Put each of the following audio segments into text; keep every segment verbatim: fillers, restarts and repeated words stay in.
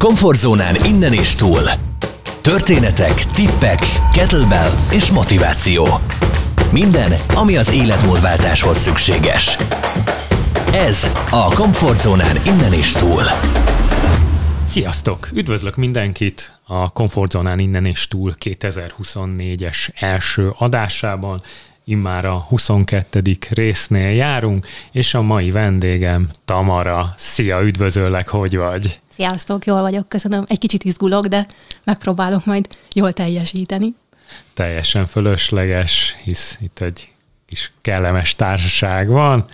komfortzónán innen és túl. Történetek, tippek, kettlebell és motiváció. Minden, ami az életmódváltáshoz szükséges. Ez a komfortzónán innen és túl. Sziasztok! Üdvözlök mindenkit a Komfortzónán innen és túl kétezer-huszonnégyes első adásában. Immár a huszonkettedik résznél járunk, és a mai vendégem Tamara. Szia, üdvözöllek, hogy vagy? Sziasztok, jól vagyok, köszönöm. Egy kicsit izgulok, de megpróbálok majd jól teljesíteni. Teljesen fölösleges, hisz itt egy kis kellemes társaság van.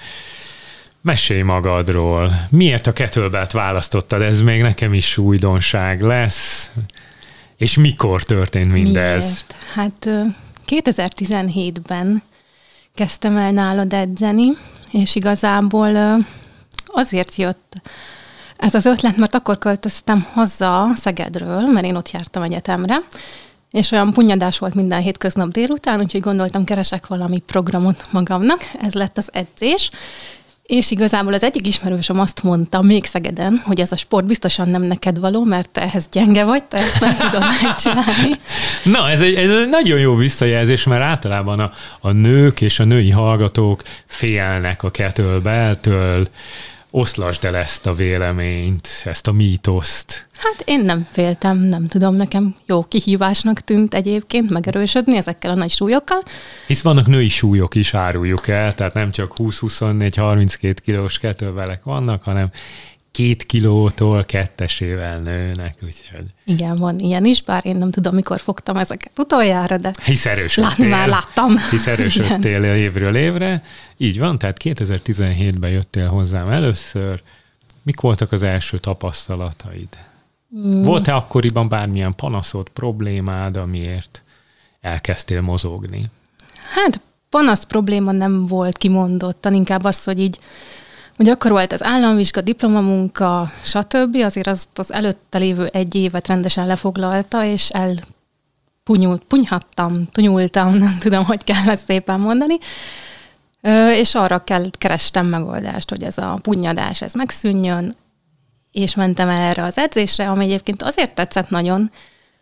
Mesélj magadról. Miért a kettlebellt választottad? Ez még nekem is újdonság lesz. És mikor történt mindez? Miért? Hát kétezer-tizenhétben kezdtem el nálad edzeni, és igazából azért jött ez az ötlet, mert akkor költöztem haza Szegedről, mert én ott jártam egyetemre, és olyan punnyadás volt minden hétköznap délután, úgyhogy gondoltam, keresek valami programot magamnak, ez lett az edzés. És igazából az egyik ismerősöm azt mondta még Szegeden, hogy ez a sport biztosan nem neked való, mert te ehhez gyenge vagy, te ezt nem tudod megcsinálni. Na, ez egy, ez egy nagyon jó visszajelzés, mert általában a, a nők és a női hallgatók félnek a kettlebelltől. Oszlasd el ezt a véleményt, ezt a mítoszt. Hát én nem féltem, nem tudom, nekem jó kihívásnak tűnt egyébként megerősödni ezekkel a nagy súlyokkal. Hisz vannak női súlyok is, áruljuk el, tehát nem csak húsz-huszonnégy-harminckét kilós kettlebellek vannak, hanem két kilótól kettesével nőnek, úgyhogy... Igen, van ilyen is, bár én nem tudom, mikor fogtam ezeket utoljára, de... Hisz erősödtél. Látni már láttam. Hisz erősödtél évről évre. Így van, tehát kétezer-tizenhétben jöttél hozzám először. Mik voltak az első tapasztalataid? Mm. Volt-e akkoriban bármilyen panaszod, problémád, amiért elkezdtél mozogni? Hát panasz probléma nem volt kimondottan, inkább az, hogy így hogy akkor volt az államvizsga, diplomamunka, stb. Azért azt az előtte lévő egy évet rendesen lefoglalta, és elpunyult, punyhattam, tunyultam, nem tudom, hogy kell ezt szépen mondani, és arra kell, kerestem megoldást, hogy ez a punnyadás, ez megszűnjön, és mentem el erre az edzésre, ami egyébként azért tetszett nagyon,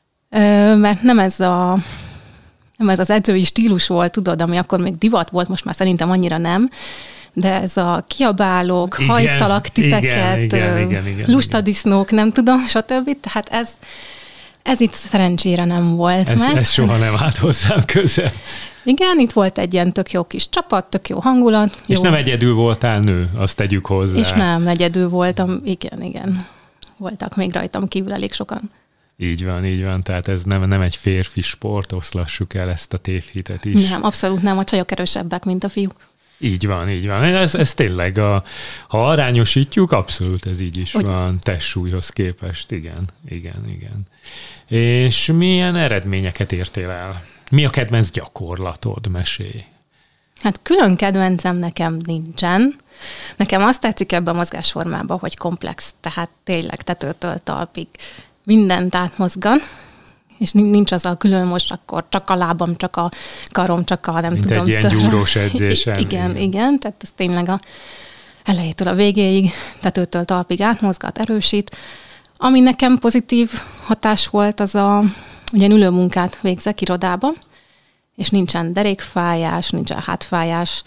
mert nem ez a nem ez az edzői stílus volt, tudod, ami akkor még divat volt, most már szerintem annyira nem, de ez a kiabálók, igen, hajtalak titeket, igen, igen, igen, igen, lustadisznók, nem tudom, stb. Tehát ez, ez itt szerencsére nem volt ez, meg. Ez soha nem állt hozzám közel. Igen, itt volt egy ilyen tök jó kis csapat, tök jó hangulat. És jó. nem egyedül voltál nő, azt tegyük hozzá. És nem egyedül voltam, igen, igen. Voltak még rajtam kívül elég sokan. Így van, így van, tehát ez nem, nem egy férfi sport, oszlassuk el ezt a tévhitet is. Nem, abszolút nem, a csajok erősebbek, mint a fiúk. Így van, így van. Ez, ez tényleg, a, ha arányosítjuk, abszolút ez így is Úgy. van, testsúlyhoz képest, igen, igen, igen. És milyen eredményeket értél el? Mi a kedvenc gyakorlatod? Mesélj. Hát külön kedvencem nekem nincsen. Nekem azt tetszik ebben a mozgásformában, hogy komplex, tehát tényleg tetőtől talpig mindent átmozgan, és nincs az a külön most akkor csak a lábam, csak a karom, csak a nem Mint tudom. Mint egy ilyen gyúrós edzésen. Igen, igen, igen, tehát ez tényleg a elejétől a végéig, tetőtől talpig átmozgat, erősít. Ami nekem pozitív hatás volt, az a, ugye ülőmunkát végzek irodában, és nincsen derékfájás, nincsen hátfájás.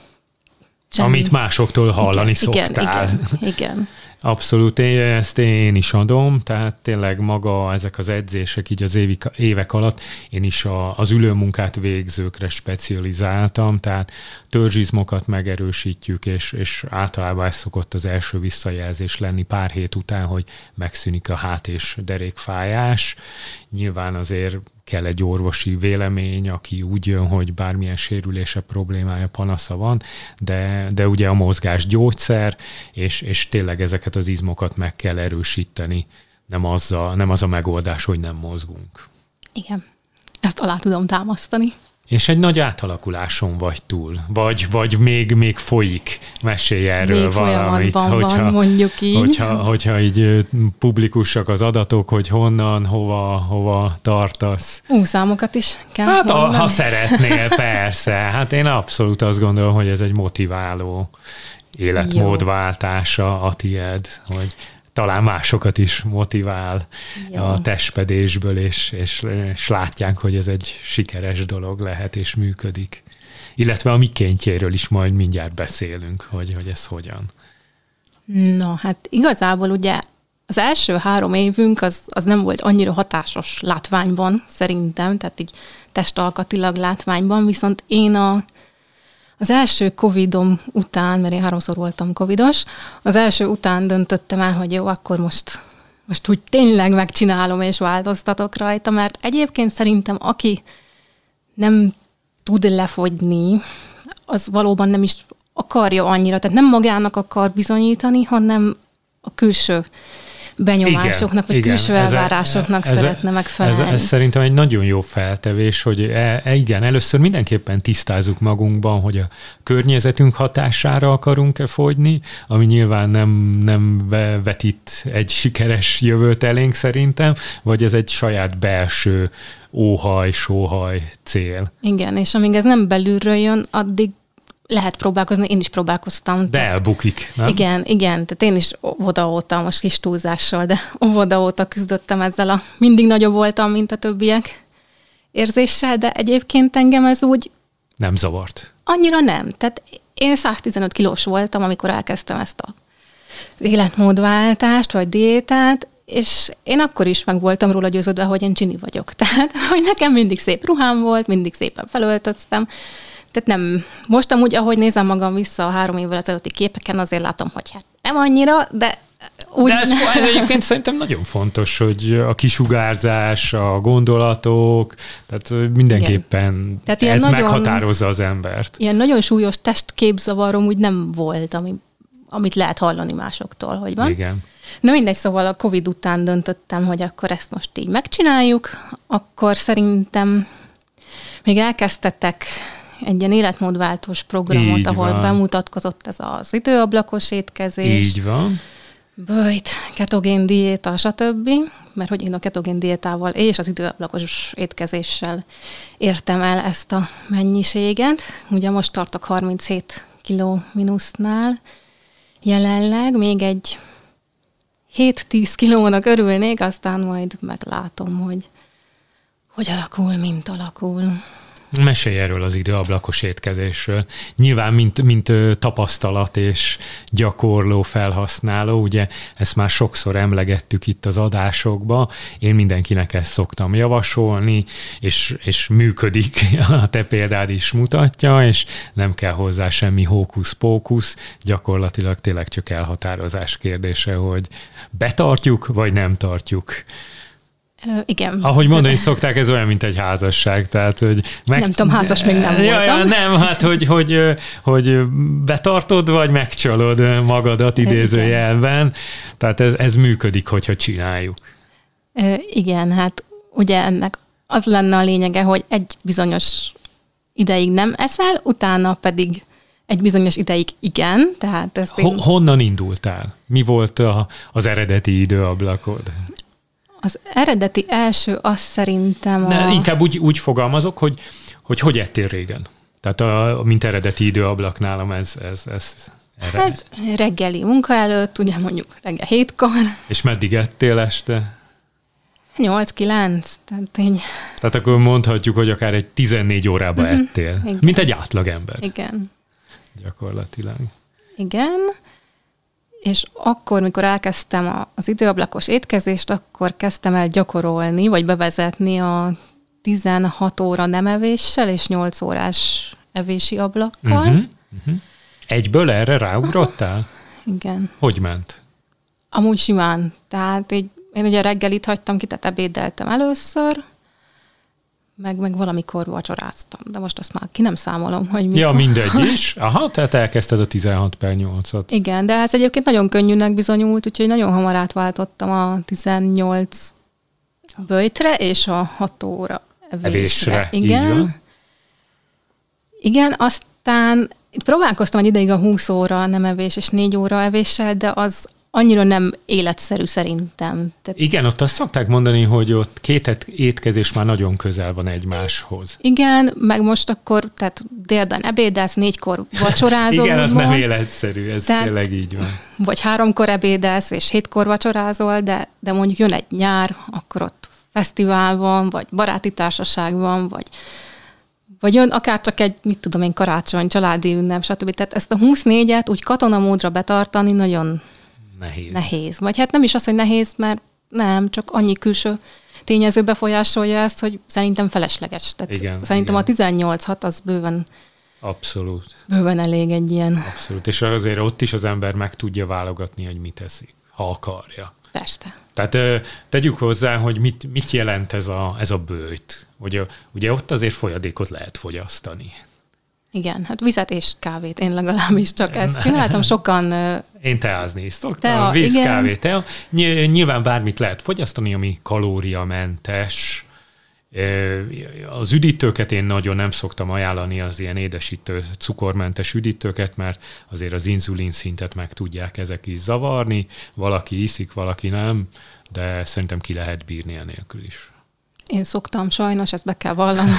Semmi. Amit másoktól hallani igen, szoktál. Igen, igen, igen. Abszolút, ezt én is adom, tehát tényleg maga ezek az edzések így az évik, évek alatt én is a, az ülőmunkát végzőkre specializáltam, tehát törzsizmokat megerősítjük, és, és általában ez szokott az első visszajelzés lenni pár hét után, hogy megszűnik a hát- és derékfájás. Nyilván azért kell egy orvosi vélemény, aki úgy jön, hogy bármilyen sérülése, problémája, panasza van, de, de ugye a mozgás gyógyszer, és, és tényleg ezeket az izmokat meg kell erősíteni. Nem az a, nem az a megoldás, hogy nem mozgunk. Igen, ezt alá tudom támasztani. És egy nagy átalakuláson vagy túl, vagy, vagy még, még folyik, mesélj erről még valamit, hogyha, van, mondjuk így. Hogyha, hogyha így publikusak az adatok, hogy honnan, hova, hova tartasz. Ú, számokat is kell Hát a, mondani. ha szeretnél, persze. Hát én abszolút azt gondolom, hogy ez egy motiváló életmódváltása a tied, hogy talán másokat is motivál Jó. a testpedésből, és, és, és látják, hogy ez egy sikeres dolog lehet, és működik. Illetve a mikéntjéről is majd mindjárt beszélünk, hogy, hogy ez hogyan. Na, hát igazából ugye az első három évünk az, az nem volt annyira hatásos látványban, szerintem, tehát így testalkatilag látványban, viszont én a, az első covidom után, mert én háromszor voltam covidos, az első után döntöttem el, hogy jó, akkor most, most úgy tényleg megcsinálom és változtatok rajta, mert egyébként szerintem aki nem tud lefogyni, az valóban nem is akarja annyira, tehát nem magának akar bizonyítani, hanem a külső benyomásoknak, igen, vagy igen, külső elvárásoknak ez szeretne megfelelni. Ez, ez szerintem egy nagyon jó feltevés, hogy e, e, igen, először mindenképpen tisztázzuk magunkban, hogy a környezetünk hatására akarunk-e fogyni, ami nyilván nem, nem vetít egy sikeres jövőt elénk szerintem, vagy ez egy saját belső óhaj, sóhaj cél. Igen, és amíg ez nem belülről jön, addig lehet próbálkozni, én is próbálkoztam. De elbukik, nem? Igen, igen, tehát én is óvoda-óta, most kis túlzással, de óvoda-óta küzdöttem ezzel a mindig nagyobb voltam, mint a többiek érzéssel, de egyébként engem ez úgy... Nem zavart? Annyira nem. Tehát én száztizenöt kilós voltam, amikor elkezdtem ezt az életmódváltást, vagy diétát, és én akkor is meg voltam róla győződve, hogy én csini vagyok. Tehát, hogy nekem mindig szép ruhám volt, mindig szépen felöltöztem. Tehát nem, most amúgy, ahogy nézem magam vissza a három évvel ezelőtti képeken, azért látom, hogy hát nem annyira, de úgy... De ez, ez egyébként szerintem nagyon fontos, hogy a kisugárzás, a gondolatok, tehát mindenképpen tehát ez nagyon, meghatározza az embert. Ilyen nagyon súlyos testképzavarom úgy nem volt, ami, amit lehet hallani másoktól, hogy van. Igen. Na mindegy, szóval a Covid után döntöttem, hogy akkor ezt most így megcsináljuk, akkor szerintem még elkezdtetek egy ilyen életmódváltós programot, így ahol van. Bemutatkozott ez az időablakos étkezés. Így van. Böjt, ketogén diéta, stb. Mert hogy én a ketogén diétával és az időablakos étkezéssel értem el ezt a mennyiséget. Ugye most tartok harminchét kiló mínusznál jelenleg, még egy hét-tíz kilónak örülnék, aztán majd meglátom, hogy hogy alakul, mint alakul. Mesélj erről az időablakos étkezésről. Nyilván, mint, mint tapasztalat és gyakorló felhasználó, ugye ezt már sokszor emlegettük itt az adásokban, én mindenkinek ezt szoktam javasolni, és, és működik, a te példád is mutatja, és nem kell hozzá semmi hókusz-pókusz, gyakorlatilag tényleg csak elhatározás kérdése, hogy betartjuk, vagy nem tartjuk. Uh, igen. Ahogy mondani szokták, ez olyan, mint egy házasság. Tehát, hogy meg... Nem tudom, házas még nem ja, voltam. Ja, nem, hát, hogy, hogy, hogy betartod, vagy megcsalod magadat idézőjelben. Tehát ez, ez működik, hogyha csináljuk. Uh, igen, hát ugye ennek az lenne a lényege, hogy egy bizonyos ideig nem eszel, utána pedig egy bizonyos ideig igen. Tehát ezt én... Honnan indultál? Mi volt a, az eredeti időablakod? Az eredeti első az szerintem a... De inkább úgy, úgy fogalmazok, hogy, hogy hogy ettél régen? Tehát a, mint eredeti időablak nálam ez... ez, ez erre. Hát reggeli munka előtt, ugye mondjuk reggel hétkor. És meddig ettél este? nyolc-kilenc. Tehát, így... tehát akkor mondhatjuk, hogy akár egy tizennégy órába mm-hmm. ettél. Igen. Mint egy átlagember. Igen. Gyakorlatilag. Igen. És akkor, mikor elkezdtem az időablakos étkezést, akkor kezdtem el gyakorolni, vagy bevezetni a tizenhat óra nem evéssel, és nyolc órás evési ablakkal. Uh-huh, uh-huh. Egyből erre ráugrottál? Aha, igen. Hogy ment? Amúgy simán. Tehát így, én ugye reggelit hagytam ki, tehát ebédeltem először, meg, meg valamikor vacsoráztam, de most azt már ki nem számolom, hogy mikor. Ja, mindegy is. Aha, tehát elkezdted a tizenhat per nyolcat. Igen, de ez egyébként nagyon könnyűnek bizonyult, úgyhogy nagyon hamar átváltottam a tizennyolc böjtre és a hat óra evésre. evésre. Igen. Igen, aztán itt próbálkoztam egy ideig a húsz óra nem evés és négy óra evéssel, de az annyira nem életszerű szerintem. Tehát igen, ott azt szokták mondani, hogy ott két étkezés már nagyon közel van egymáshoz. Igen, meg most akkor, tehát délben ebédelsz, négykor vacsorázol. Igen, az úgymond. Nem életszerű, ez tehát, tényleg így van. Vagy háromkor ebédelsz, és hétkor vacsorázol, de, de mondjuk jön egy nyár, akkor ott fesztivál van, vagy baráti társaság van, vagy Vagy jön akár csak egy, mit tudom én, karácsony, családi ünnep, stb. Tehát ezt a huszonnégyet úgy katonamódra betartani nagyon nehéz. nehéz. Vagy hát nem is az, hogy nehéz, mert nem, csak annyi külső tényező befolyásolja ezt, hogy szerintem felesleges. Tehát igen, szerintem igen. a tizennyolc hat az bőven Abszolút. Bőven elég egy ilyen. Abszolút. És azért ott is az ember meg tudja válogatni, hogy mit eszik, ha akarja. Persze. Tehát tegyük hozzá, hogy mit, mit jelent ez a, ez a bőjt. Ugye, ugye ott azért folyadékot lehet fogyasztani. Igen, hát vizet és kávét, én legalábbis csak ezt csináltam. Sokan... Én teázni is szoktam. Tea, Víz, igen. kávé, tea. Nyilván bármit lehet fogyasztani, ami kalóriamentes. Az üdítőket én nagyon nem szoktam ajánlani, az ilyen édesítő, cukormentes üdítőket, mert azért az inzulin szintet meg tudják ezek is zavarni. Valaki iszik, valaki nem, de szerintem ki lehet bírni enélkül is. Én szoktam, sajnos, ezt be kell vallanom.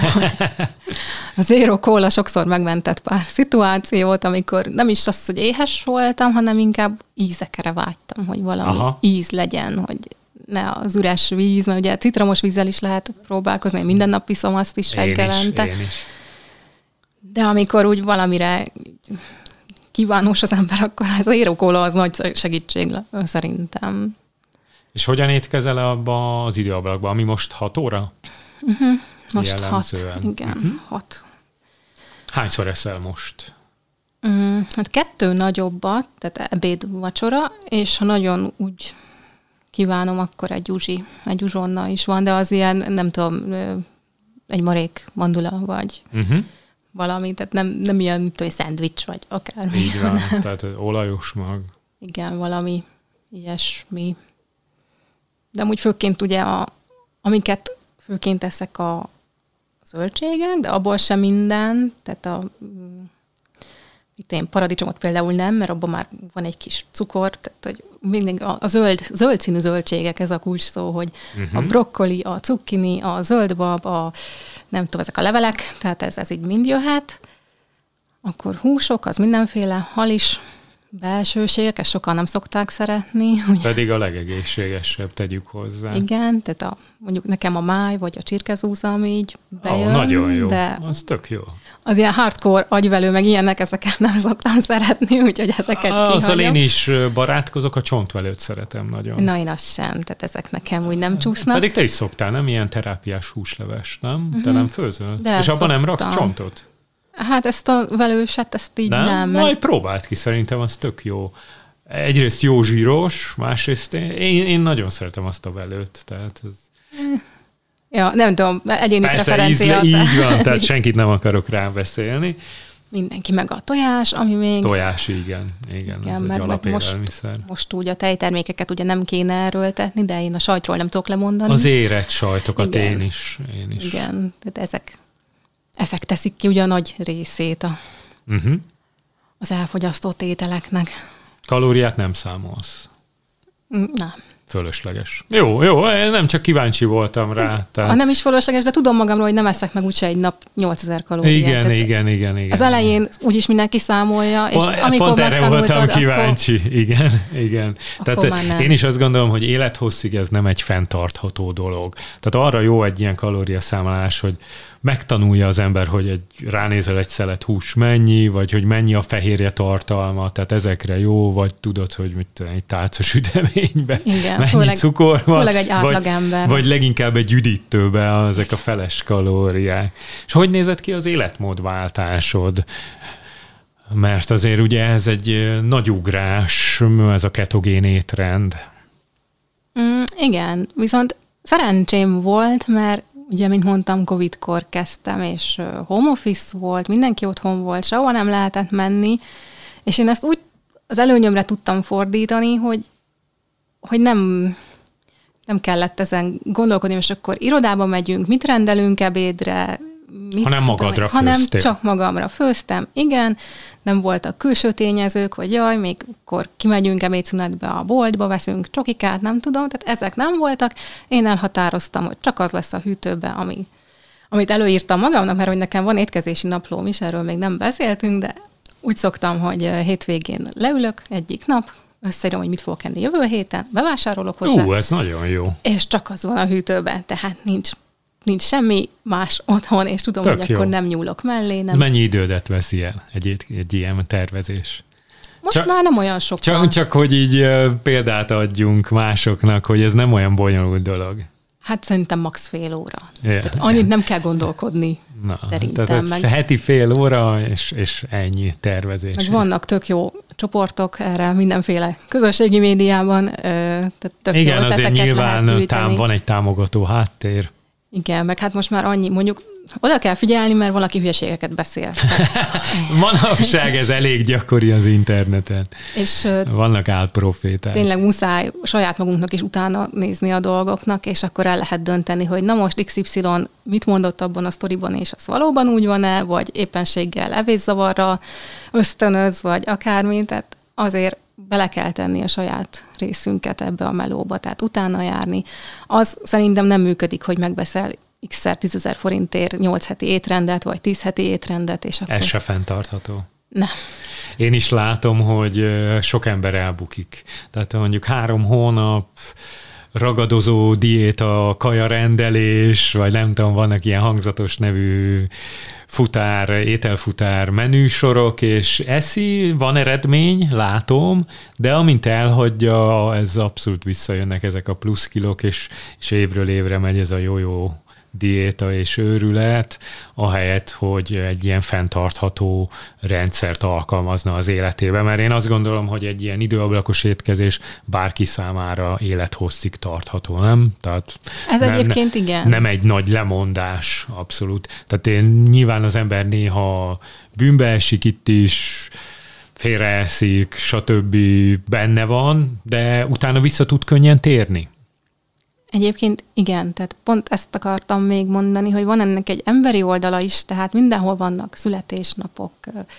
A Zero Cola sokszor megmentett pár szituációt, amikor nem is az, hogy éhes voltam, hanem inkább ízekre vágytam, hogy valami Aha. íz legyen, hogy ne az üres víz, mert ugye citromos vízzel is lehet próbálkozni, minden nap iszom azt is reggelente. Én is, én is. De amikor úgy valamire kívánós az ember, akkor ez a Zero Cola az nagy segítség szerintem. És hogyan étkezel abba az időablakban, ami most hat óra? Uh-huh. Most jellemzően. hat, igen, uh-huh. hat. Hányszor eszel most? Um, hát kettő nagyobbat, tehát ebéd, vacsora, és ha nagyon úgy kívánom, akkor egy uzsi, egy uzsonna is van, de az ilyen, nem tudom, egy marék mandula, vagy uh-huh. valami, tehát nem, nem ilyen, mint egy szendvics, vagy akármi. Így van, tehát olajos mag. Igen, valami ilyesmi. De amúgy főként ugye, a, amiket főként eszek a zöldségek, de abból sem minden, tehát a itt én paradicsomot például nem, mert abban már van egy kis cukor, tehát hogy mindig a, a zöld, zöld színű zöldségek, ez a kulcs szó, hogy uh-huh. a brokkoli, a cukkini, a zöldbab, a nem tudom, ezek a levelek, tehát ez, ez így mind jöhet. Akkor húsok, az mindenféle, hal is, belsőségek, ezt sokan nem szokták szeretni. Ugye? Pedig a legegészségesebb, tegyük hozzá. Igen, tehát a, mondjuk nekem a máj, vagy a csirkezúza, ami így bejön. Oh, nagyon jó, de az tök jó. Az ilyen hardcore agyvelő, meg ilyenek, ezeket nem szoktam szeretni, úgyhogy ezeket kihagyom. Azzal én is barátkozok, a csontvelőt szeretem nagyon. Na, én azt sem, tehát ezek nekem úgy nem csúsznak. Pedig te is szoktál, nem? Ilyen terápiás húsleves, nem? Uh-huh. Te nem főzöl? De és abban szoktam. Nem raksz csontot? Hát ezt a velőset, ezt így nem. nem. Majd meg... próbáld ki, szerintem az tök jó. Egyrészt jó zsíros, másrészt én, én nagyon szeretem azt a velőt, tehát ez... Ja, nem tudom, egyéni Persze, preferencia. Ízle, így van, tehát senkit nem akarok rá beszélni. Mindenki meg a tojás, ami még... Tojás, igen, igen, igen ez egy alapélelmiszer. Most, most úgy a tejtermékeket ugye nem kéne erőltetni, de én a sajtról nem tudok lemondani. Az érett sajtokat igen. én is, én is. Igen, tehát ezek, ezek teszik ki ugye a nagy részét a, uh-huh. az elfogyasztott ételeknek. Kalóriát nem számolsz? Nem. Fölösleges. Jó, jó, nem csak kíváncsi voltam rá. Tehát... Nem is fölösleges, de tudom magamról, hogy nem eszek meg úgyse egy nap nyolcezer kalóriát. Igen, tehát igen, igen, igen. Az elején úgyis mindenki számolja, és pont, amikor pont erre voltam kíváncsi. Akkor... Igen, igen. Tehát én is azt gondolom, hogy élethosszig ez nem egy fenntartható dolog. Tehát arra jó egy ilyen kalóriaszámlálás, hogy megtanulja az ember, hogy egy, ránézel egy szelet hús mennyi, vagy hogy mennyi a fehérje tartalma, tehát ezekre jó, vagy tudod, hogy mit tudom, egy tálca süteményben igen, mennyi főleg, cukor van, főleg egy átlagember. Vagy, vagy leginkább egy üdítőben ezek a feles kalóriák. És hogy nézett ki az életmódváltásod? Mert azért ugye ez egy nagy ugrás, ez a ketogén étrend. Mm, igen, viszont szerencsém volt, mert ugye, mint mondtam, Covid-kor kezdtem, és home office volt, mindenki otthon volt, sehova nem lehetett menni, és én ezt úgy az előnyömre tudtam fordítani, hogy, hogy nem, nem kellett ezen gondolkodni, és akkor irodába megyünk, mit rendelünk ebédre, mit hanem tudom, magadra hanem főztél. csak magamra főztem, igen, nem voltak külső tényezők, vagy jaj, még akkor kimegyünk ebédszünetbe a boltba, veszünk csokikát, nem tudom, tehát ezek nem voltak. Én elhatároztam, hogy csak az lesz a hűtőben, ami, amit előírtam magamnak, mert hogy nekem van étkezési naplóm is, erről még nem beszéltünk, de úgy szoktam, hogy hétvégén leülök egyik nap, összeírom, hogy mit fogok enni jövő héten, bevásárolok hozzá. Ú, ez nagyon jó. És csak az van a hűtőben, tehát nincs, nincs semmi más otthon, és tudom, Tök hogy jó. akkor nem nyúlok mellé. Nem. Mennyi idődet vesz ilyen, egy, egy ilyen tervezés? Most csak, már nem olyan sokkal. Csak, csak hogy így uh, példát adjunk másoknak, hogy ez nem olyan bonyolult dolog. Hát szerintem max. Fél óra. Yeah. Tehát annyit nem kell gondolkodni. Na, szerintem. tehát ez meg, heti fél óra, és, és ennyi tervezés. meg vannak tök jó csoportok erre mindenféle közösségi médiában. Tehát tök igen, jó azért ötleteket nyilván lehet tám, van egy támogató háttér. Igen, meg hát most már annyi, mondjuk oda kell figyelni, mert valaki hülyeségeket beszél. Manapság ez elég gyakori az interneten. És vannak álproféták. Tényleg muszáj saját magunknak is utána nézni a dolgoknak, és akkor el lehet dönteni, hogy na most iksz ipszilon mit mondott abban a sztoriban, és az valóban úgy van-e, vagy éppenséggel evészavarra ösztönöz, vagy akármi, tehát azért bele kell tenni a saját részünket ebbe a melóba, tehát utána járni. Az szerintem nem működik, hogy megbeszel x-szer tízezer forintért nyolc heti étrendet, vagy tíz heti étrendet, és akkor... Ez se fenntartható. Nem. Én is látom, hogy sok ember elbukik. Tehát mondjuk három hónap ragadozó diéta, kajarendelés, vagy nem tudom, vannak ilyen hangzatos nevű futár, ételfutár menüsorok, és eszi, van eredmény, látom, de amint elhagyja, ez abszolút visszajönnek ezek a plusz kilók, és, és évről évre megy ez a jó-jó diéta és őrület, ahelyett, hogy egy ilyen fenntartható rendszert alkalmazna az életében, mert én azt gondolom, hogy egy ilyen időablakos étkezés bárki számára élethosszig tartható, nem? Tehát ez nem, egyébként ne, igen. Nem egy nagy lemondás, abszolút. Tehát én nyilván az ember néha bűnbe esik itt is, félreeszik, stb. Benne van, de utána vissza tud könnyen térni. Egyébként igen, tehát pont ezt akartam még mondani, hogy van ennek egy emberi oldala is, tehát mindenhol vannak születésnapok,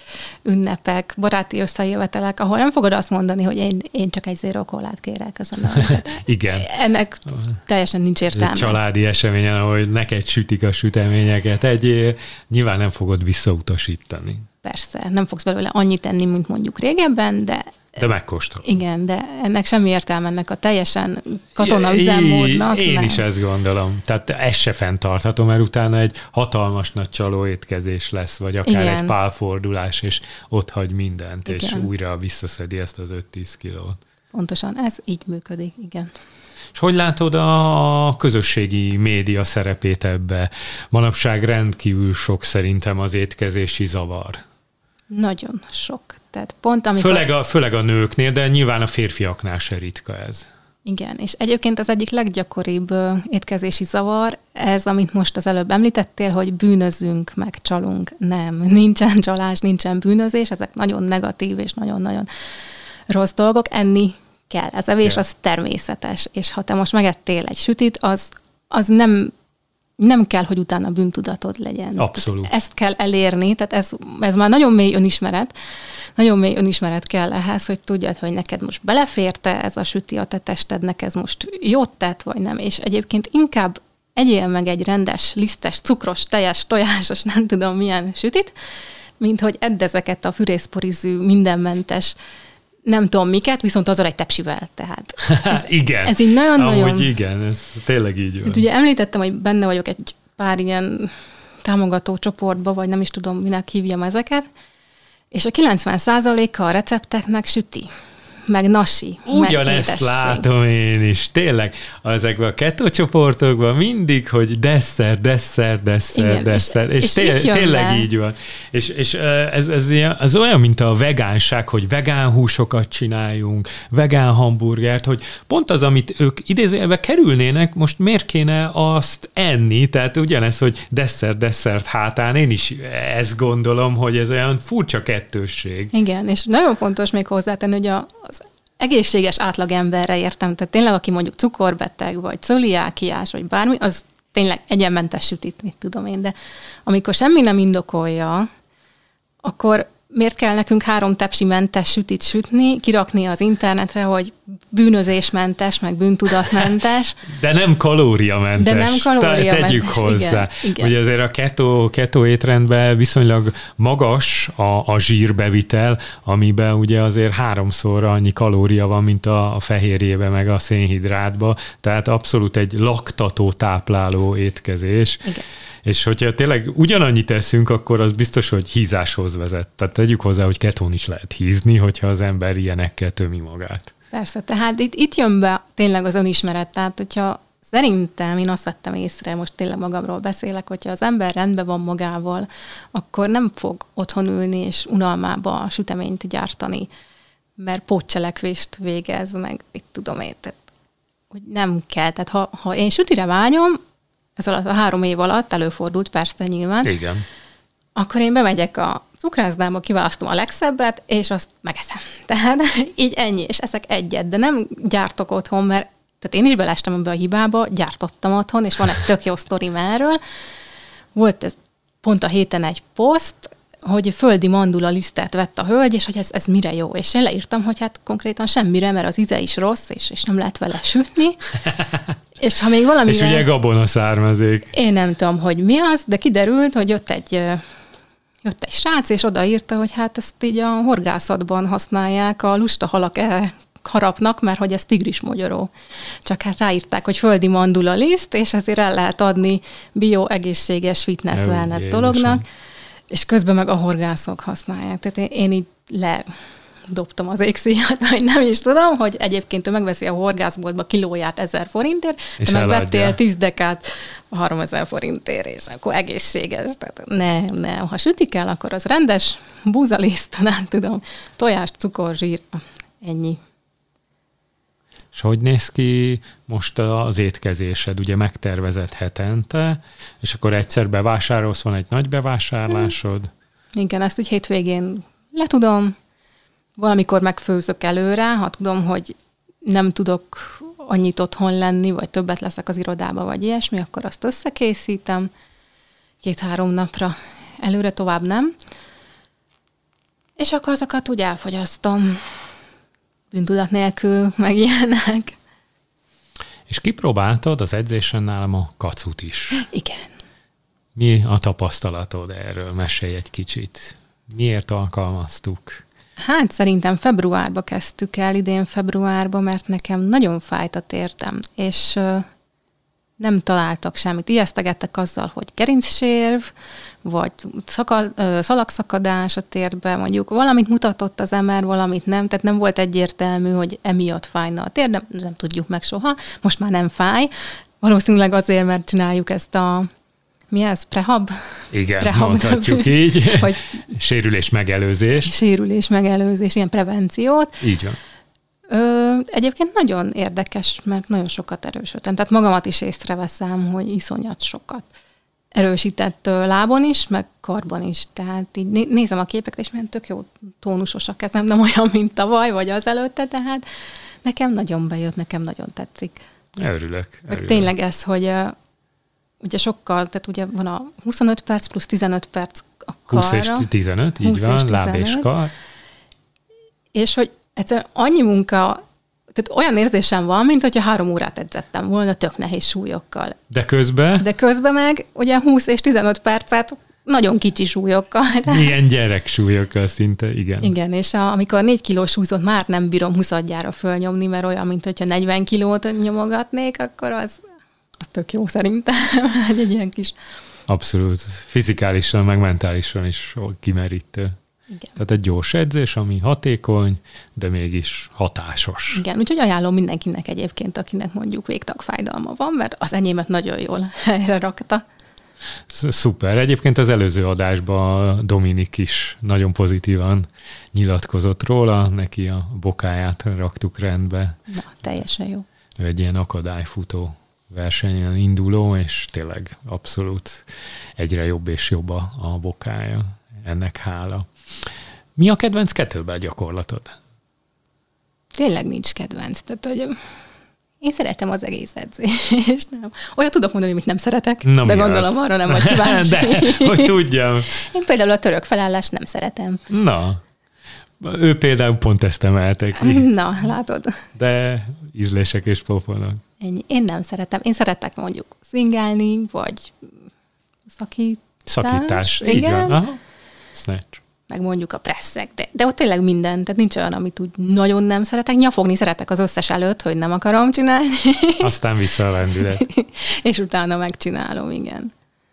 ünnepek, baráti összejövetelek, ahol nem fogod azt mondani, hogy én, én csak egy zero kólát kérek, köszönöm. Igen. Ennek teljesen nincs értelme. Egy családi eseményen, ahogy neked sütik a süteményeket, egy nyilván nem fogod visszautasítani. Persze, nem fogsz belőle annyit enni, mint mondjuk régebben, de De megkóstol. igen, de ennek semmi értelme, ennek a teljesen katona üzemmódnak. Én nem. is ezt gondolom. Tehát ez se fenntartható, mert utána egy hatalmas nagy csaló étkezés lesz, vagy akár igen. egy pálfordulás, és ott hagy mindent, igen. és újra visszaszedi ezt az öt-tíz kilót. Pontosan, ez így működik, igen. És hogy látod a közösségi média szerepét ebbe? Manapság rendkívül sok szerintem az étkezési zavar. Nagyon sok. Tehát pont amikor... Főleg a, főleg a nőknél, de nyilván a férfiaknál se ritka ez. Igen, és egyébként az egyik leggyakoribb étkezési zavar, ez, amit most az előbb említettél, hogy bűnözünk, meg csalunk. Nem, nincsen csalás, nincsen bűnözés, ezek nagyon negatív és nagyon-nagyon rossz dolgok. Enni kell. Ez evés, az természetes. És ha te most megettél egy sütit, az, az nem... nem kell, hogy utána bűntudatod legyen. Abszolút. Tehát ezt kell elérni, tehát ez, ez már nagyon mély önismeret, nagyon mély önismeret kell ehhez, hogy tudjad, hogy neked most beleférte ez a süti a te testednek, ez most jót tett, vagy nem. És egyébként inkább egyél meg egy rendes, lisztes, cukros, teljes, tojásos, nem tudom milyen sütit, mint hogy edd ezeket a fűrészporizű, mindenmentes, nem tudom miket, viszont azzal egy tepsivel, tehát. Ez, igen. Ez így nagyon-nagyon... Amúgy igen, ez tényleg így van. Hát ugye említettem, hogy benne vagyok egy pár ilyen támogató csoportba, vagy nem is tudom, minek hívjam ezeket, és a kilencven százaléka a recepteknek süti, meg nasi, ugyanezt látom én is. Tényleg, ezekben a kettő csoportokban mindig, hogy desszert, desszert, desszert, igen, desszert, és, és, és té- tényleg be. Így van. És, és ez, ez, ez olyan, mint a vegánság, hogy vegán húsokat csináljunk, vegán hamburgert, hogy pont az, amit ők idézőjelbe kerülnének, most miért kéne azt enni? Tehát ugyanez, hogy desszert, desszert hátán, én is ezt gondolom, hogy ez olyan furcsa kettősség. Igen, és nagyon fontos még hozzátenni, hogy a az egészséges átlagemberre értem, tehát tényleg, aki mondjuk cukorbeteg, vagy cöliákiás, vagy bármi, az tényleg egyenmentes sütit, mit tudom én, de amikor semmi nem indokolja, akkor miért kell nekünk három tepsimentes sütit sütni, kirakni az internetre, hogy bűnözésmentes, meg bűntudatmentes. De nem kalóriamentes. De nem kalóriamentes. Tegyük hozzá. Igen, igen. Ugye azért a keto, keto étrendben viszonylag magas a, a zsírbevitel, amiben ugye azért háromszor annyi kalória van, mint a, a fehérjébe, meg a szénhidrátba. Tehát abszolút egy laktató, tápláló étkezés. Igen. És hogyha tényleg ugyanannyit eszünk, akkor az biztos, hogy hízáshoz vezet. Tehát tegyük hozzá, hogy ketón is lehet hízni, hogyha az ember ilyenekkel tömi magát. Persze, tehát itt, itt jön be tényleg az önismeret. Tehát, hogyha szerintem én azt vettem észre, most tényleg magamról beszélek, hogyha az ember rendben van magával, akkor nem fog otthon ülni és unalmába süteményt gyártani, mert pótcselekvést végez, meg itt tudom én, tehát, hogy nem kell. Tehát ha, ha én sütire vágyom, ez alatt a három év alatt előfordult, persze nyilván. Igen. Akkor én bemegyek a cukrászdába, kiválasztom a legszebbet, és azt megeszem. Tehát így ennyi, és eszek egyet, de nem gyártok otthon, mert tehát én is belestem ebbe a hibába, gyártottam otthon, és van egy tök jó sztorim erről. Volt ez pont a héten egy poszt, hogy földi mandula lisztet vett a hölgy, és hogy ez, ez mire jó. És én leírtam, hogy hát konkrétan semmire, mert az íze is rossz, és, és nem lehet vele sütni. És ha még valamire... És ugye gabona származék. Én nem tudom, hogy mi az, de kiderült, hogy jött egy, jött egy srác, és odaírta, hogy hát ezt így a horgászatban használják, a lusta halak elharapnak, mert hogy ez tigrismogyoró. Csak hát ráírták, hogy földi mandula liszt, és ezért el lehet adni bio, egészséges, fitness, Jó, wellness én dolognak, sem. És közben meg a horgászok használják. Tehát én, én így le... dobtam az égszíjat, hogy nem is tudom, hogy egyébként ő megveszi a horgászboltba kilóját ezer forintért, és te megvettél eladja. tíz dekát háromezer forintért, és akkor egészséges. Tehát ne, ne, ha sütik el, akkor az rendes búzaliszt, nem tudom, tojás, cukor, zsír, ennyi. És hogy néz ki most az étkezésed? Ugye megtervezed hetente, és akkor egyszer bevásárolsz, van egy nagy bevásárlásod? Igen, ezt úgy hétvégén letudom, valamikor megfőzök előre, ha tudom, hogy nem tudok annyit otthon lenni, vagy többet leszek az irodába, vagy ilyesmi, akkor azt összekészítem két-három napra, előre tovább nem. És akkor azokat úgy elfogyasztom, bűntudat nélkül, meg ilyenek. És kipróbáltad az edzésen nálam a kacut is. Igen. Mi a tapasztalatod erről? Mesélj egy kicsit. Miért alkalmaztuk? Hát szerintem februárba kezdtük el, idén februárba, mert nekem nagyon fájt a térdem, és uh, nem találtak semmit. Ijesztegettek azzal, hogy gerincsérv, vagy szakad, uh, szalagszakadás a térdbe, mondjuk valamit mutatott az em er, valamit nem, tehát nem volt egyértelmű, hogy emiatt fájna a térdem, nem tudjuk meg soha, most már nem fáj. Valószínűleg azért, mert csináljuk ezt a mi ez? Prehab? Igen, Prehab mondhatjuk nevű, így. hogy sérülés megelőzés. Sérülés megelőzés, ilyen prevenciót. Így van. Ö, egyébként nagyon érdekes, mert nagyon sokat erősödtem. Tehát magamat is észreveszem, hogy iszonyat sokat erősített lábon is, meg karban is. Tehát így nézem a képeket, és milyen tök jó tónusos a kezem, nem olyan, mint tavaly, vagy az előtte, tehát nekem nagyon bejött, nekem nagyon tetszik. Örülök. Meg tényleg ez, hogy ugye sokkal, tehát ugye van a huszonöt perc plusz tizenöt perc a karra. húsz és tizenöt, így van, láb és kar. És hogy egyszerűen annyi munka, tehát olyan érzésem van, mint hogyha három órát edzettem volna tök nehéz súlyokkal. De közben? De közben meg ugye húsz és tizenöt percet nagyon kicsi súlyokkal. Ilyen gyerek súlyokkal szinte, igen. Igen, és a, amikor négy kilós húzót már nem bírom huszadjára fölnyomni, mert olyan, mint hogyha negyven kilót nyomogatnék, akkor az, az tök jó szerintem. Egy ilyen kis... Abszolút. Fizikálisan, meg mentálisan is kimerítő. Igen. Tehát egy gyors edzés, ami hatékony, de mégis hatásos. Igen, úgyhogy ajánlom mindenkinek egyébként, akinek mondjuk végtagfájdalma van, mert az enyémet nagyon jól helyre rakta. Szuper. Egyébként az előző adásban Dominik is nagyon pozitívan nyilatkozott róla, neki a bokáját raktuk rendbe. Na, teljesen jó. Ő egy ilyen akadályfutó versenyen induló, és tényleg abszolút egyre jobb és jobb a, a bokája. Ennek hála. Mi a kedvenc kettlebell gyakorlatod? Tényleg nincs kedvenc. Tehát, hogy Én szeretem az egész edzést. Nem. Olyat tudok mondani, amit nem szeretek, Na, de gondolom az? Arra nem vagy kíváncsi. De, hogy tudjam. Én például a török felállást nem szeretem. Na, ő például pont ezt emelte ki. Na, látod. De ízlések és pofonok. Ennyi. Én nem szeretem. Én szeretek mondjuk swingálni, vagy szakítás. Szakítás. Igen. Így van. Aha. Snatch. Meg mondjuk a presszek, de, de ott tényleg minden, tehát nincs olyan, amit úgy nagyon nem szeretek. Nyafogni szeretek az összes előtt, hogy nem akarom csinálni. Aztán vissza a lendület. És utána megcsinálom, igen.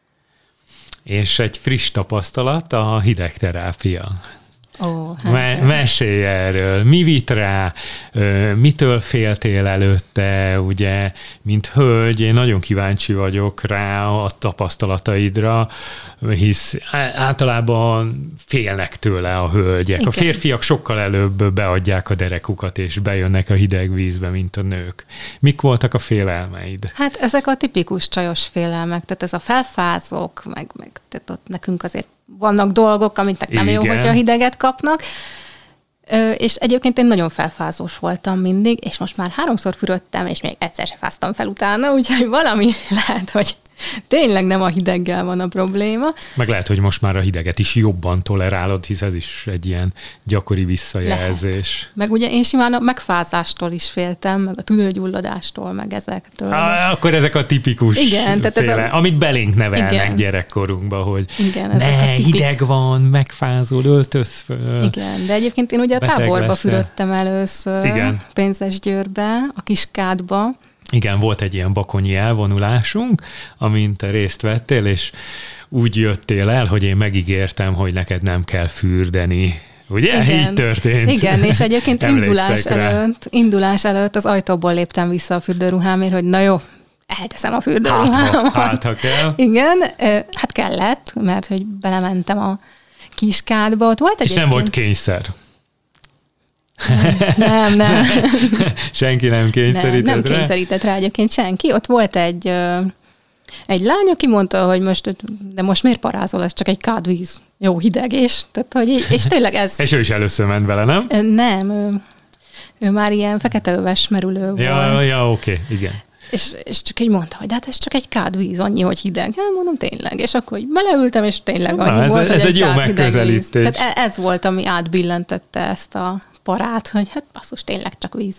És egy friss tapasztalat a hidegterápia. Oh, hát Me- mesélj erről. Mi vitt rá? Mitől féltél előtte? Ugye, mint hölgy, én nagyon kíváncsi vagyok rá a tapasztalataidra, hisz általában félnek tőle a hölgyek. Igen. A férfiak sokkal előbb beadják a derekukat, és bejönnek a hideg vízbe, mint a nők. Mik voltak a félelmeid? Hát ezek a tipikus csajos félelmek, tehát ez a felfázok, meg, meg tehát ott nekünk azért vannak dolgok, amiknek nem Igen. jó, hogyha hideget kapnak. Ö, és egyébként én nagyon felfázós voltam mindig, és most már háromszor fürödtem, és még egyszer se fáztam fel utána, úgyhogy valami lehet, hogy tényleg nem a hideggel van a probléma. Meg lehet, hogy most már a hideget is jobban tolerálod, hisz ez is egy ilyen gyakori visszajelzés. Lehet. Meg ugye én simán a megfázástól is féltem, meg a tüdőgyulladástól, meg ezektől. Há, akkor ezek a tipikus Igen, tehát féle, ez a... amit belénk nevelnek Igen. gyerekkorunkba, hogy Igen, ne, tipik... hideg van, megfázol, öltöz föl. Igen, de egyébként én ugye a táborba leszel. Fürödtem először, Igen. Pénzesgyőrbe, a Kiskádba. Igen, volt egy ilyen bakonyi elvonulásunk, amint te részt vettél, és úgy jöttél el, hogy én megígértem, hogy neked nem kell fürdeni. Ugye? Igen. Így történt. Igen, és egyébként indulás előtt, indulás előtt az ajtóból léptem vissza a fürdőruhámért, hogy na jó, elteszem a fürdőruhámat. Hát, hát, ha kell. Igen, hát kellett, mert hogy belementem a Kiskádba. Ott volt és nem volt kényszer. Nem, nem. Senki nem kényszerített nem, nem rá? kényszerített rá egyébként senki. Ott volt egy, egy lány, aki mondta, hogy most, de most miért parázol, ez csak egy kádvíz. Jó hideg, és, tehát, hogy így, és tényleg ez... És ő is először ment vele, nem? Nem, ő, ő már ilyen feketeöves merülő volt. Ja, ja oké, okay, igen. És, és csak így mondta, hogy hát ez csak egy kádvíz, annyi, hogy hideg. Hát mondom, tényleg. És akkor így beleültem, és tényleg annyi Na, ez volt, ez hogy egy, egy jó megközelítés. Tehát ez volt, ami átbillentette ezt a parát, hogy hát basszus, tényleg csak víz.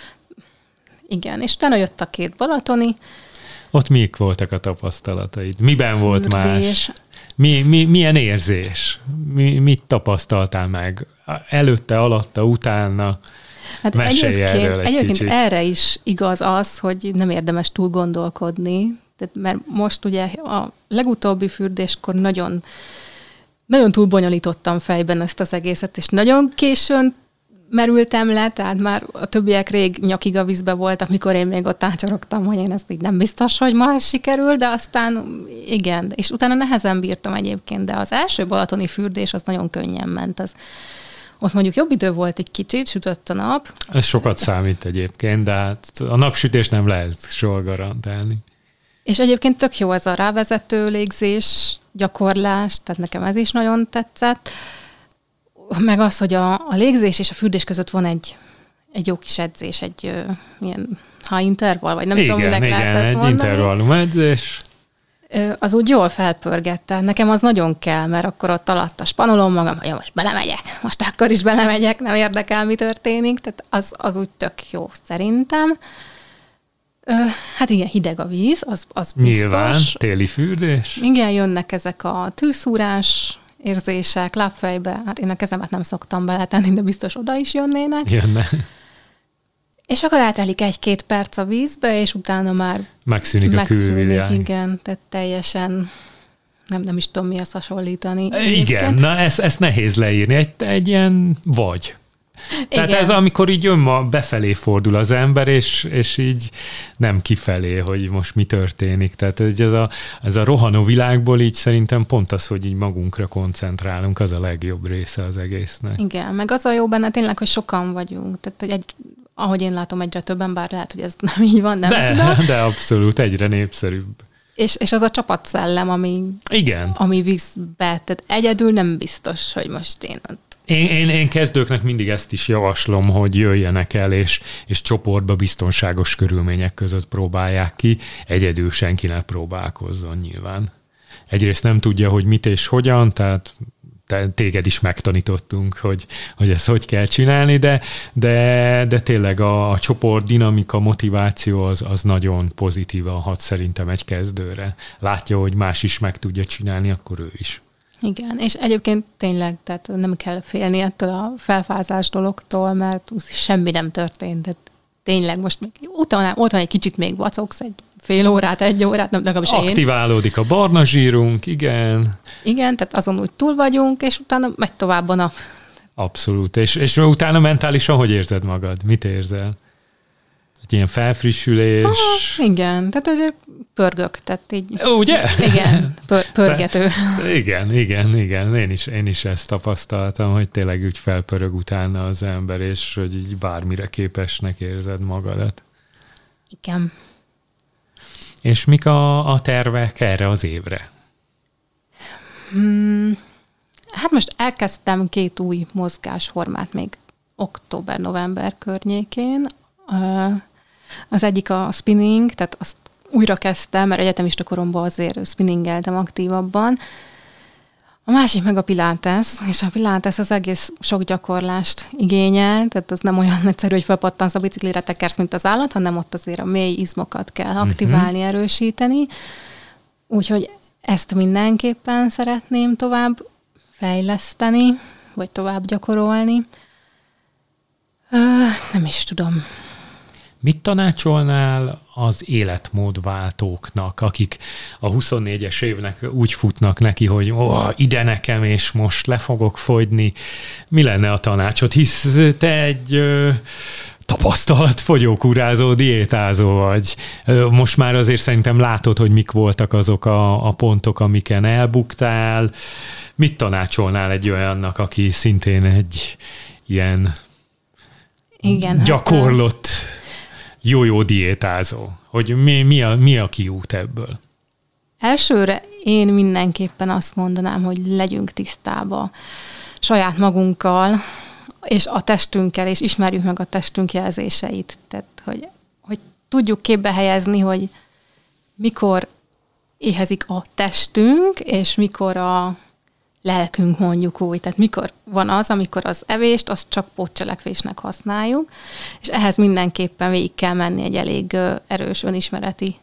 Igen, és utána jött a két balatoni. Ott mik voltak a tapasztalataid? Miben volt Fürdés. Más? Mi, mi, milyen érzés? Mi, mit tapasztaltál meg? Előtte, alatta, utána? Hát Mesélj erről egy egyébként kicsit. Erre is igaz az, hogy nem érdemes túl gondolkodni, tehát, mert most ugye a legutóbbi fürdéskor nagyon, nagyon túl bonyolítottam fejben ezt az egészet, és nagyon későn merültem le, tehát már a többiek rég nyakig a vízbe voltak, mikor én még ott ácsorogtam, hogy én ezt így nem biztos, hogy ma ez sikerül, de aztán igen, és utána nehezen bírtam egyébként, de az első balatoni fürdés az nagyon könnyen ment, az ott mondjuk jobb idő volt egy kicsit, sütött a nap. Ez sokat számít egyébként, de hát a napsütés nem lehet soha garantálni. És egyébként tök jó ez a rávezető légzés, gyakorlás, tehát nekem ez is nagyon tetszett. Meg az, hogy a, a légzés és a fürdés között van egy, egy jó kis edzés, egy ö, ilyen high interval, vagy nem igen, tudom, minek igen, lehet ezt egy mondani. intervallum edzés. Az úgy jól felpörgette. Nekem az nagyon kell, mert akkor ott alatt spanolom magam, hogy most belemegyek, most akkor is belemegyek, nem érdekel, mi történik. Tehát az, az úgy tök jó szerintem. Hát igen, hideg a víz, az, az biztos. Nyilván, téli fürdés. Igen, jönnek ezek a tűszúrás érzések, lábfejbe. Hát én a kezemet nem szoktam beletenni, de biztos oda is jönnének. Jönne. És akkor átelik egy-két perc a vízbe, és utána már megszűnik, megszűnik a külvilág. Igen, tehát teljesen nem, nem is tudom, mi azt hasonlítani. Igen, egyébként. na ezt, ezt nehéz leírni. Egy, egy ilyen vagy. Tehát igen. Ez amikor így önma befelé fordul az ember, és, és így nem kifelé, hogy most mi történik. Tehát ez a, ez a rohanó világból így szerintem pont az, hogy így magunkra koncentrálunk, az a legjobb része az egésznek. Igen, meg az a jó benne tényleg, hogy sokan vagyunk. Tehát, hogy egy, ahogy én látom, egyre többen, bár lehet, hogy ez nem így van, nem de, tudom. De abszolút, egyre népszerűbb. És, és az a csapatszellem, ami, igen. ami visz be. Tehát egyedül nem biztos, hogy most én ott Én, én, én kezdőknek mindig ezt is javaslom, hogy jöjjenek el, és, és csoportba biztonságos körülmények között próbálják ki. Egyedül senki ne próbálkozzon nyilván. Egyrészt nem tudja, hogy mit és hogyan, tehát téged is megtanítottunk, hogy, hogy ezt hogy kell csinálni, de, de, de tényleg a, a csoport dinamika, motiváció az, az nagyon pozitívan hat szerintem egy kezdőre. Látja, hogy más is meg tudja csinálni, akkor ő is. Igen, és egyébként tényleg, tehát nem kell félni ettől a felfázás dologtól, mert semmi nem történt. Tehát tényleg most még utána, ott van egy kicsit még vacogsz, egy fél órát, egy órát, nem legalábbis én. Aktiválódik a barna zsírunk, igen. Igen, tehát azon úgy túl vagyunk, és utána megy tovább a nap. Abszolút. És, és utána mentálisan hogy érzed magad? Mit érzel? Egy ilyen felfrissülés? Ah, igen, tehát hogy pörgök, tehát így. Ugye? Igen, pör, pörgető. Te, igen, igen, igen. Én is, én is ezt tapasztaltam, hogy tényleg úgy felpörög utána az ember, és hogy így bármire képesnek érzed magadat. Igen. És mik a, a tervek erre az évre? Hmm, hát most elkezdtem két új mozgásformát még október-november környékén. Az egyik a spinning, tehát azt újra kezdtem, mert egyetemista koromban azért spinningeltem aktívabban. A másik meg a pilates, és a pilates az egész sok gyakorlást igényel, tehát az nem olyan egyszerű, hogy felpattansz a biciklire, tekersz, mint az állat, hanem ott azért a mély izmokat kell aktiválni, uh-huh. erősíteni. Úgyhogy ezt mindenképpen szeretném tovább fejleszteni, vagy tovább gyakorolni. Ö, nem is tudom. Mit tanácsolnál az életmódváltóknak, akik a huszonnégyes évnek úgy futnak neki, hogy oh, ide nekem, és most le fogok fogyni? Mi lenne a tanácsod? Hisz te egy ö, tapasztalt fogyókúrázó, diétázó vagy. Most már azért szerintem látod, hogy mik voltak azok a, a pontok, amiken elbuktál. Mit tanácsolnál egy olyannak, aki szintén egy ilyen Igen, gyakorlott hát, jó-jó diétázó, hogy mi, mi, a, mi a kiút ebből? Elsőre én mindenképpen azt mondanám, hogy legyünk tisztába saját magunkkal, és a testünkkel, és ismerjük meg a testünk jelzéseit. Tehát, hogy, hogy tudjuk képbe helyezni, hogy mikor éhezik a testünk, és mikor a lelkünk, mondjuk úgy. Tehát mikor van az, amikor az evést, azt csak pótcselekvésnek használjuk, és ehhez mindenképpen végig kell menni egy elég erős önismereti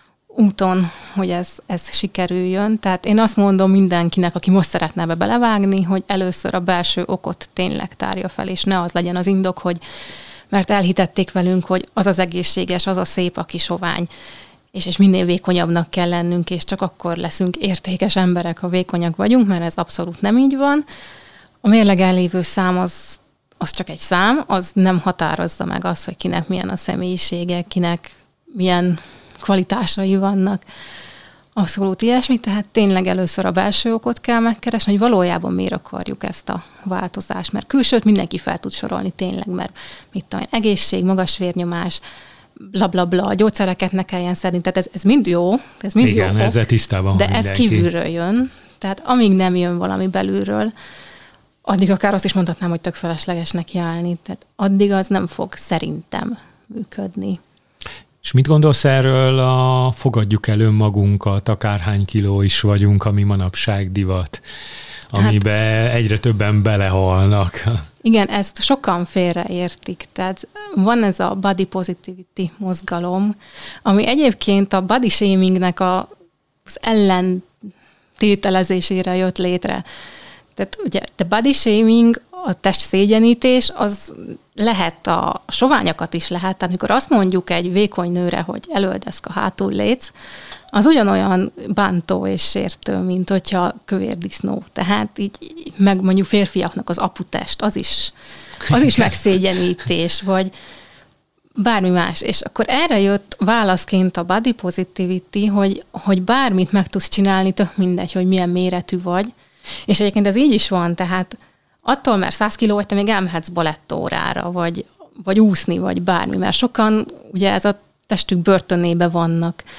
úton, hogy ez, ez sikerüljön. Tehát én azt mondom mindenkinek, aki most szeretne be belevágni, hogy először a belső okot tényleg tárja fel, és ne az legyen az indok, hogy mert elhitették velünk, hogy az az egészséges, az a szép, aki sovány, és, és minél vékonyabbnak kell lennünk, és csak akkor leszünk értékes emberek, ha vékonyak vagyunk, mert ez abszolút nem így van. A mérlegen lévő szám az, az csak egy szám, az nem határozza meg azt, hogy kinek milyen a személyisége, kinek milyen kvalitásai vannak. Abszolút ilyesmi, tehát tényleg először a belső okot kell megkeresni, hogy valójában miért akarjuk ezt a változást, mert külsőt mindenki fel tud sorolni tényleg, mert mit tudom, egészség, magas vérnyomás, blablabla, bla, bla, gyógyszereket ne kelljen szedni, tehát ez, ez mind jó, ez mind igen, jó, ezzel tisztában de van ez mindenki. kívülről jön, tehát amíg nem jön valami belülről, addig akár azt is mondhatnám, hogy tök feleslegesnek járni, tehát addig az nem fog szerintem működni. És mit gondolsz erről a fogadjuk el önmagunkat, akárhány kiló is vagyunk, ami manapság divat, amiben hát, egyre többen belehalnak? Igen, ezt sokan félreértik. Tehát van ez a body positivity mozgalom, ami egyébként a body shamingnek a, az ellentételezésére jött létre. Tehát ugye a body shaming, a testszégyenítés, az lehet a soványakat is lehet. Tehát amikor azt mondjuk egy vékony nőre, hogy elöldeszk a hátul létsz, az ugyanolyan bántó és sértő, mint hogyha kövér disznó. Tehát így meg mondjuk férfiaknak az aputest, az is, az is megszégyenítés, vagy bármi más. És akkor erre jött válaszként a body positivity, hogy, hogy bármit meg tudsz csinálni, tök mindegy, hogy milyen méretű vagy. És egyébként ez így is van, tehát attól, mert száz kiló vagy, te még elmehetsz balettórára, vagy, vagy úszni, vagy bármi, mert sokan ugye ez a testük börtönébe vannak.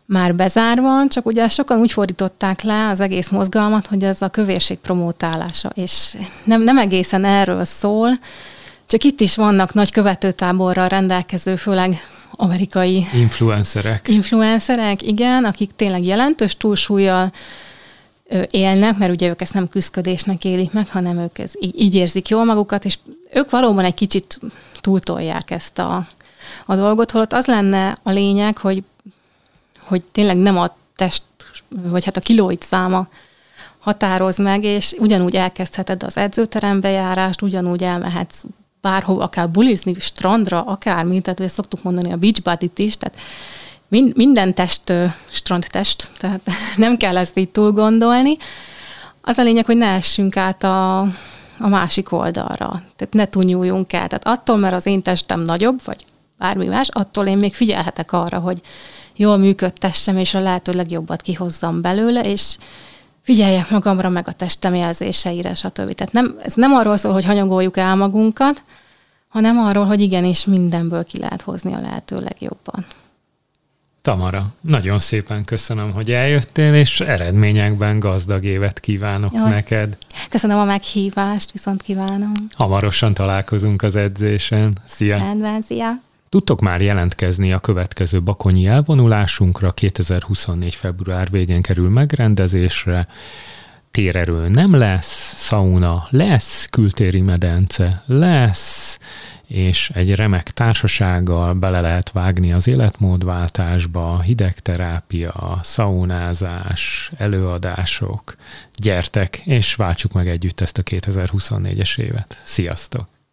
már bezárva, csak ugye sokan úgy fordították le az egész mozgalmat, hogy ez a kövérség promótálása, és nem, nem egészen erről szól, csak itt is vannak nagy követőtáborral rendelkező, főleg amerikai influencerek. Influencerek, igen, akik tényleg jelentős túlsúllyal élnek, mert ugye ők ezt nem küszködésnek élik meg, hanem ők ez, így, így érzik jól magukat, és ők valóban egy kicsit túltolják ezt a, a dolgot, holott az lenne a lényeg, hogy, hogy tényleg nem a test, vagy hát a kilóid száma határoz meg, és ugyanúgy elkezdheted az edzőterembe járást, ugyanúgy elmehetsz bárhova, akár bulizni, strandra, akármint, tehát ugye szoktuk mondani a beachbody-t is, tehát minden test strandtest, tehát nem kell ezt így túl gondolni. Az a lényeg, hogy ne essünk át a, a másik oldalra, tehát ne túlnyúljunk el. Tehát attól, mert az én testem nagyobb, vagy bármi más, attól én még figyelhetek arra, hogy jól működtessem, és a lehető legjobbat kihozzam belőle, és figyeljek magamra, meg a testem jelzéseire, stb. Tehát nem, ez nem arról szól, hogy hanyagoljuk el magunkat, hanem arról, hogy igenis mindenből ki lehet hozni a lehető legjobban. Tamara, nagyon szépen köszönöm, hogy eljöttél, és eredményekben gazdag évet kívánok Jaj. neked. Köszönöm a meghívást, viszont kívánom. Hamarosan találkozunk az edzésen. Szia! Rendben, szia! Tudtok már jelentkezni a következő bakonyi elvonulásunkra, kétezer-huszonnégy. február végén kerül megrendezésre. Térerő nem lesz, szauna lesz, kültéri medence lesz, és egy remek társasággal bele lehet vágni az életmódváltásba, hidegterápia, szaunázás, előadások. Gyertek, és váltsuk meg együtt ezt a kétezer-huszonnégyes évet. Sziasztok!